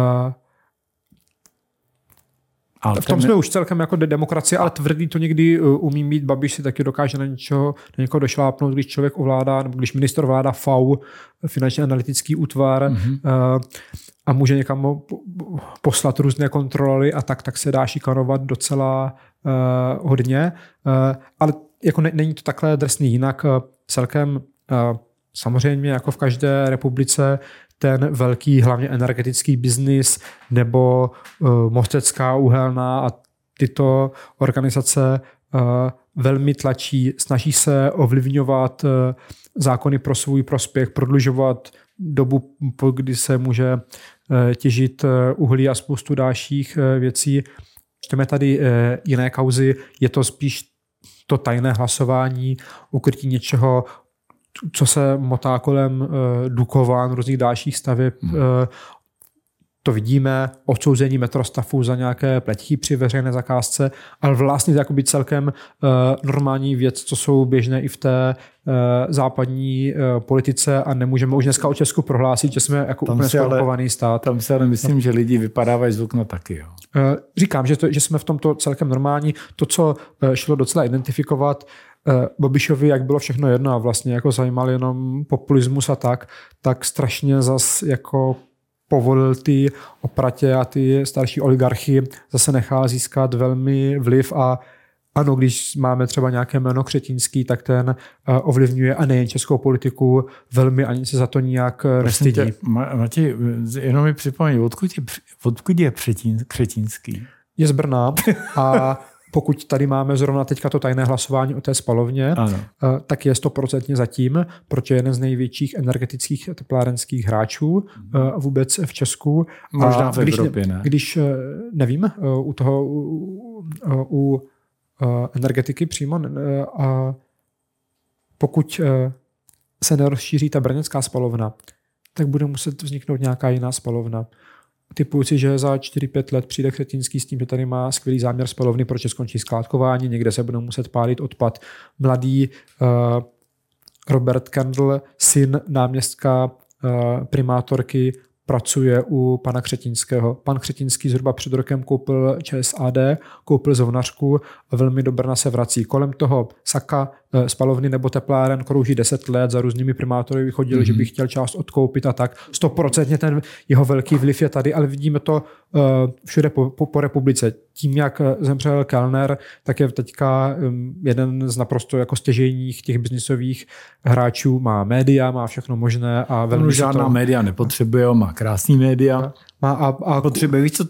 Ale v tom jsme už celkem jako demokracie, ale tvrdý to někdy umí mít. Babiš si taky dokáže na někoho došlápnout, když člověk ovládá, nebo když minister ovládá FAU, finančně analytický útvar, a může někam poslat různé kontroly a tak se dá šikanovat docela hodně. Ale jako není to takhle drsný. Jinak celkem samozřejmě jako v každé republice ten velký, hlavně energetický biznis nebo Mostecká uhelná a tyto organizace velmi tlačí, snaží se ovlivňovat zákony pro svůj prospěch, prodlužovat dobu, kdy se může těžit uhlí a spoustu dalších věcí. Čteme tady jiné kauzy, je to spíš to tajné hlasování, ukrytí něčeho, co se motá kolem Dukovan, různých dalších staveb. To vidíme, odsouzení metrostafu za nějaké pletí při veřejné zakázce, ale vlastně to je celkem normální věc, co jsou běžné i v té západní politice a nemůžeme už dneska o Česku prohlásit, že jsme jako tam úplně skorumpovaný stát. Tam se ale myslím, že lidi vypadávají z okna taky. Jo. Říkám, že jsme v tomto celkem normální. To, co šlo docela identifikovat, Babišovi, jak bylo všechno jedno a vlastně jako zajímal jenom populismus a tak strašně zas jako povolil ty opratě a ty starší oligarchy, zase nechá získat velmi vliv a ano, když máme třeba nějaké jméno Křetínský, tak ten ovlivňuje a nejen českou politiku velmi, ani se za to nijak nestydí. Matěj, jenom mi připomeň, odkud je Křetínský? Je z Brna a pokud tady máme zrovna teďka to tajné hlasování o té spalovně, tak je 100% zatím, protože je jeden z největších energetických teplárenských hráčů vůbec v Česku. Možná v Evropě, ne? Když nevím, u energetiky přímo, pokud se nerozšíří ta brněnská spalovna, tak bude muset vzniknout nějaká jiná spalovna. Typuji si, že za 4-5 let přijde Křetínský s tím, že tady má skvělý záměr spalovny, proč skončí skládkování, někde se budou muset pálit odpad. Mladí Robert Kendall, syn náměstka primátorky, pracuje u pana Křetínského. Pan Křetínský zhruba před rokem koupil ČSAD, koupil zovnařku a velmi do Brna se vrací. Kolem toho Saka, spalovny nebo tepláren krouží 10 let, za různými primátory vychodil, že by chtěl část odkoupit a tak. 100% ten jeho velký vliv je tady, ale vidíme to všude po republice. Tím, jak zemřel Kellner, tak je teďka jeden z naprosto jako stěžejních těch biznisových hráčů. Má média, má všechno možné. A velmi žádná média nepotřebuje, má krásný média. A potřebuje, víš co,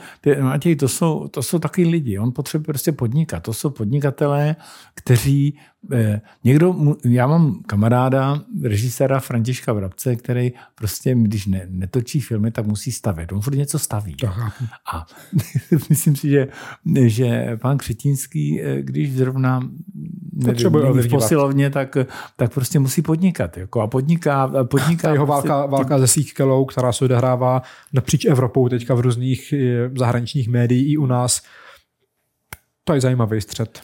to jsou takový lidi. On potřebuje prostě podnikat. To jsou podnikatelé, kteří já mám kamaráda, režiséra Františka Vrabce, který prostě, když netočí filmy, tak musí stavět. On furt něco staví. A myslím si, že pán Křetínský, když zrovna v posilovně, tak prostě musí podnikat. Jako, a podniká jeho válka se Síkelou, která se odehrává napříč Evropou teďka v různých zahraničních médiích i u nás. To je zajímavý střet.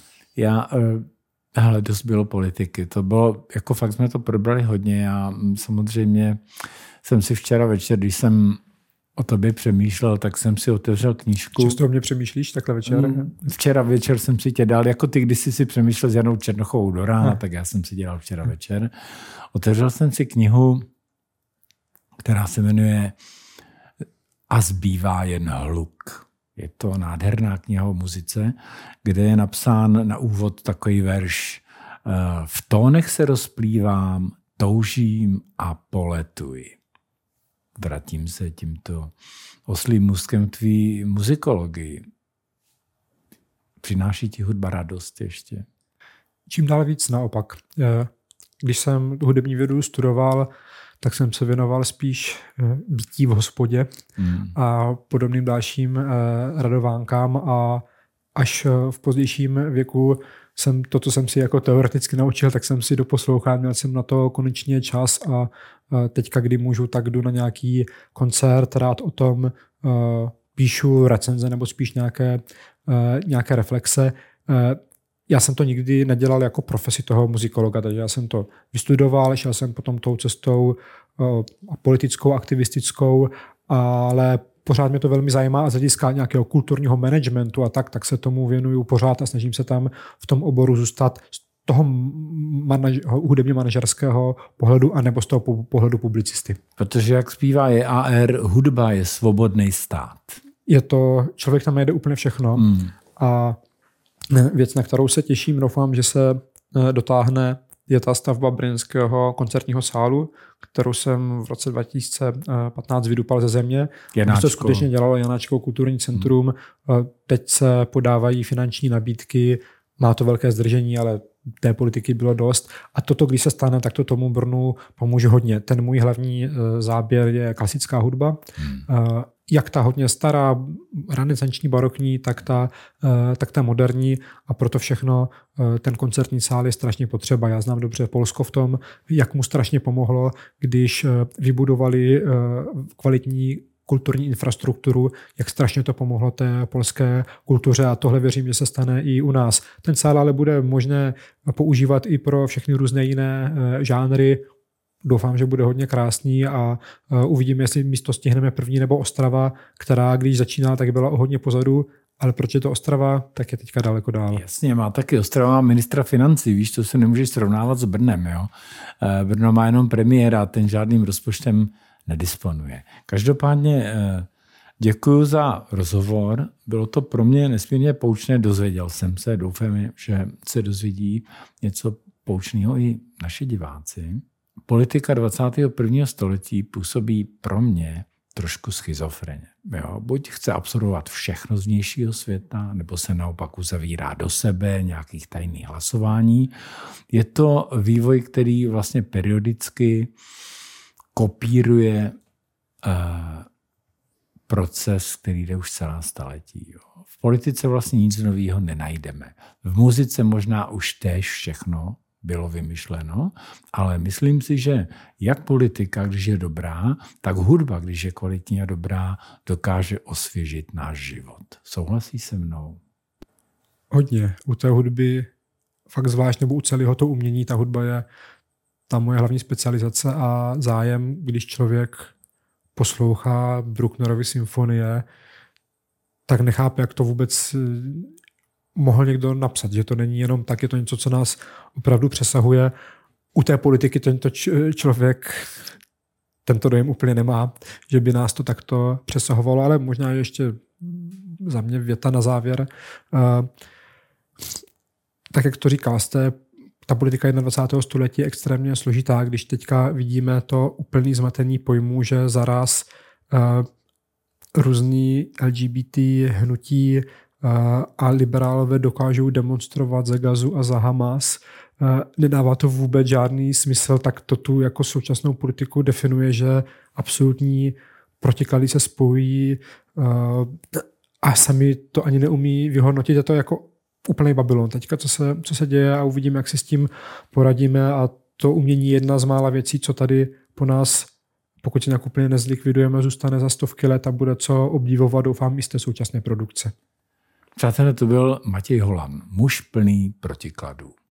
Dost bylo politiky. To bylo, jako fakt jsme to probrali hodně. Já samozřejmě jsem si včera večer, když jsem o tobě přemýšlel, tak jsem si otevřel knížku. Často o mě přemýšlíš takhle večer? Včera večer jsem si tě dal, jako ty, když jsi si přemýšlel s Janou Černochovou do rána, tak já jsem si dělal včera večer. Otevřel jsem si knihu, která se jmenuje A zbývá jen hluk. Je to nádherná kniha o muzice, kde je napsán na úvod takový verš. V tónech se rozplývám, toužím a poletuji. Vrátím se tímto oslým můstkem tvý muzikologii. Přináší ti hudba radost ještě? Čím dál víc naopak. Když jsem hudební vědu studoval, tak jsem se věnoval spíš bytí v hospodě a podobným dalším radovánkám a až v pozdějším věku to, co jsem si jako teoreticky naučil, tak jsem si doposlouchal, měl jsem na to konečně čas a teďka, kdy můžu, tak jdu na nějaký koncert, rád o tom píšu recenze nebo spíš nějaké reflexe. Já jsem to nikdy nedělal jako profesi toho muzikologa, takže já jsem to vystudoval, šel jsem potom tou cestou politickou, aktivistickou, ale pořád mě to velmi zajímá a z hlediska nějakého kulturního managementu a tak se tomu věnuju pořád a snažím se tam v tom oboru zůstat z toho hudebně manažerského pohledu anebo z toho pohledu publicisty. Protože jak zpívá JAR, hudba je svobodný stát. Je to, člověk tam najde úplně všechno a věc, na kterou se těším, doufám, že se dotáhne, je ta stavba brněnského koncertního sálu, kterou jsem v roce 2015 vydupal ze země. Janáčko. To skutečně dělalo Janáčko kulturní centrum. Teď se podávají finanční nabídky, má to velké zdržení, ale té politiky bylo dost. A toto, když se stane, tak to tomu Brnu pomůže hodně. Ten můj hlavní záběr je klasická hudba. Jak ta hodně stará, renesanční, barokní, tak ta moderní a proto všechno ten koncertní sál je strašně potřeba. Já znám dobře Polsko v tom, jak mu strašně pomohlo, když vybudovali kvalitní kulturní infrastrukturu, jak strašně to pomohlo té polské kultuře a tohle věřím, že se stane i u nás. Ten sál ale bude možné používat i pro všechny různé jiné žánry. Doufám, že bude hodně krásný a uvidíme, jestli místo stihneme první nebo Ostrava, která když začínala, tak byla o hodně pozadu, ale proč je to Ostrava, tak je teďka daleko dál. Jasně, má taky Ostrava ministra financí, víš, to se nemůžeš srovnávat s Brnem. Jo? Brno má jenom premiéra, ten žádným rozpočtem nedisponuje. Každopádně děkuji za rozhovor, bylo to pro mě nesmírně poučné, dozvěděl jsem se, doufám, že se dozvědí něco poučného i naši diváci. Politika 21. století působí pro mě trošku schizofreně. Jo? Buď chce absorbovat všechno z vnějšího světa, nebo se naopak uzavírá do sebe nějakých tajných hlasování. Je to vývoj, který vlastně periodicky kopíruje proces, který jde už celá staletí. Jo. V politice vlastně nic nového nenajdeme. V muzice možná už též všechno bylo vymyšleno, ale myslím si, že jak politika, když je dobrá, tak hudba, když je kvalitní a dobrá, dokáže osvěžit náš život. Souhlasí se mnou? Hodně. U té hudby fakt zvlášť, nebo u celého to umění, ta hudba je ta moje hlavní specializace a zájem, když člověk poslouchá Brucknerovy symfonie, tak nechápe, jak to vůbec mohl někdo napsat, že to není jenom tak, je to něco, co nás opravdu přesahuje. U té politiky tento člověk tento dojem úplně nemá, že by nás to takto přesahovalo, ale možná ještě za mě věta na závěr. Tak, jak to říkal jste, ta politika 21. století je extrémně složitá, když teďka vidíme to úplný zmatení pojmů, že zaraz různý LGBT hnutí a liberálové dokážou demonstrovat za Gazu a za Hamas. Nedává to vůbec žádný smysl, tak to tu jako současnou politiku definuje, že absolutní protiklady se spojí a sami to ani neumí vyhodnotit. Je to jako úplný Babylon. Teďka co se děje a uvidíme, jak se s tím poradíme a to umění je jedna z mála věcí, co tady po nás, pokud se nějak úplně nezlikvidujeme, zůstane za stovky let a bude co obdivovat, doufám, i z té současné produkce. Přátelé, to byl Matěj Holan, muž plný protikladů.